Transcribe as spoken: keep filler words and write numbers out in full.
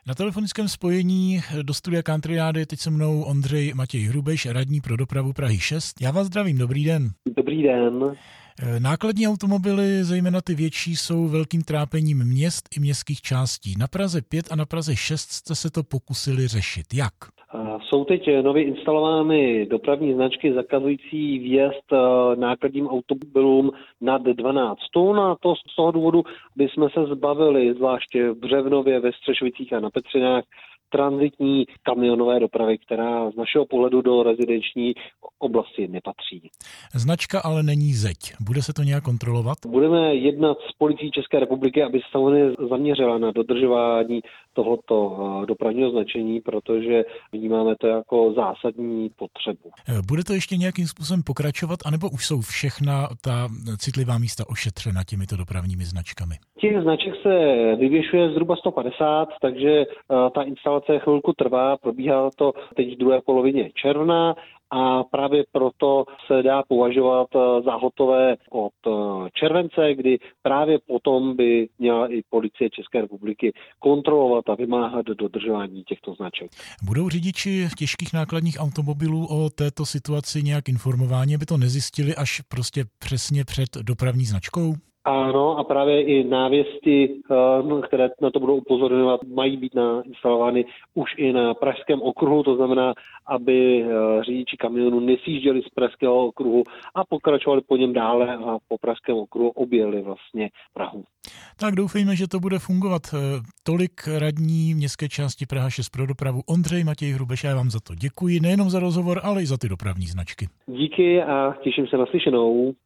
Na telefonickém spojení do studia Country Rádia je teď se mnou Ondřej Matěj Hrubeš, radní pro dopravu Prahy šest. Já vás zdravím, dobrý den. Dobrý den. Nákladní automobily, zejména ty větší, jsou velkým trápením měst i městských částí. Na Praze pět a na Praze šest jste se to pokusili řešit. Jak? Jsou teď nově instalovány dopravní značky zakazující vjezd nákladním automobilům nad dvanáct tun, a to z toho důvodu, aby jsme se zbavili, zvláště v Břevnově, ve Střešovicích a na Petřinách, tranzitní kamionové dopravy, která z našeho pohledu do rezidenční oblasti nepatří. Značka ale není zeď. Bude se to nějak kontrolovat? Budeme jednat s policií České republiky, aby se samozřejmě zaměřila na dodržování tohoto dopravního značení, protože vnímáme to jako zásadní potřebu. Bude to ještě nějakým způsobem pokračovat, anebo už jsou všechna ta citlivá místa ošetřena těmito dopravními značkami? Těch značek se vyvěšuje zhruba sto padesát, takže ta instalace chvilku trvá, probíhá to teď v druhé polovině června a právě proto se dá považovat za hotové od července, kdy právě potom by měla i policie České republiky kontrolovat a vymáhat dodržování těchto značek. Budou řidiči těžkých nákladních automobilů o této situaci nějak informováni, aby to nezjistili až prostě přesně před dopravní značkou? Ano, a právě i návěsti, které na to budou upozorňovat, mají být nainstalovány už i na Pražském okruhu, to znamená, aby řidiči kamionů nesjížděli z Pražského okruhu a pokračovali po něm dále a po Pražském okruhu objeli vlastně Prahu. Tak doufejme, že to bude fungovat. Tolik radní městské části Praha šest pro dopravu Ondřej Matěj Hrubeš, já vám za to děkuji, nejenom za rozhovor, ale i za ty dopravní značky. Díky a těším se na slyšenou.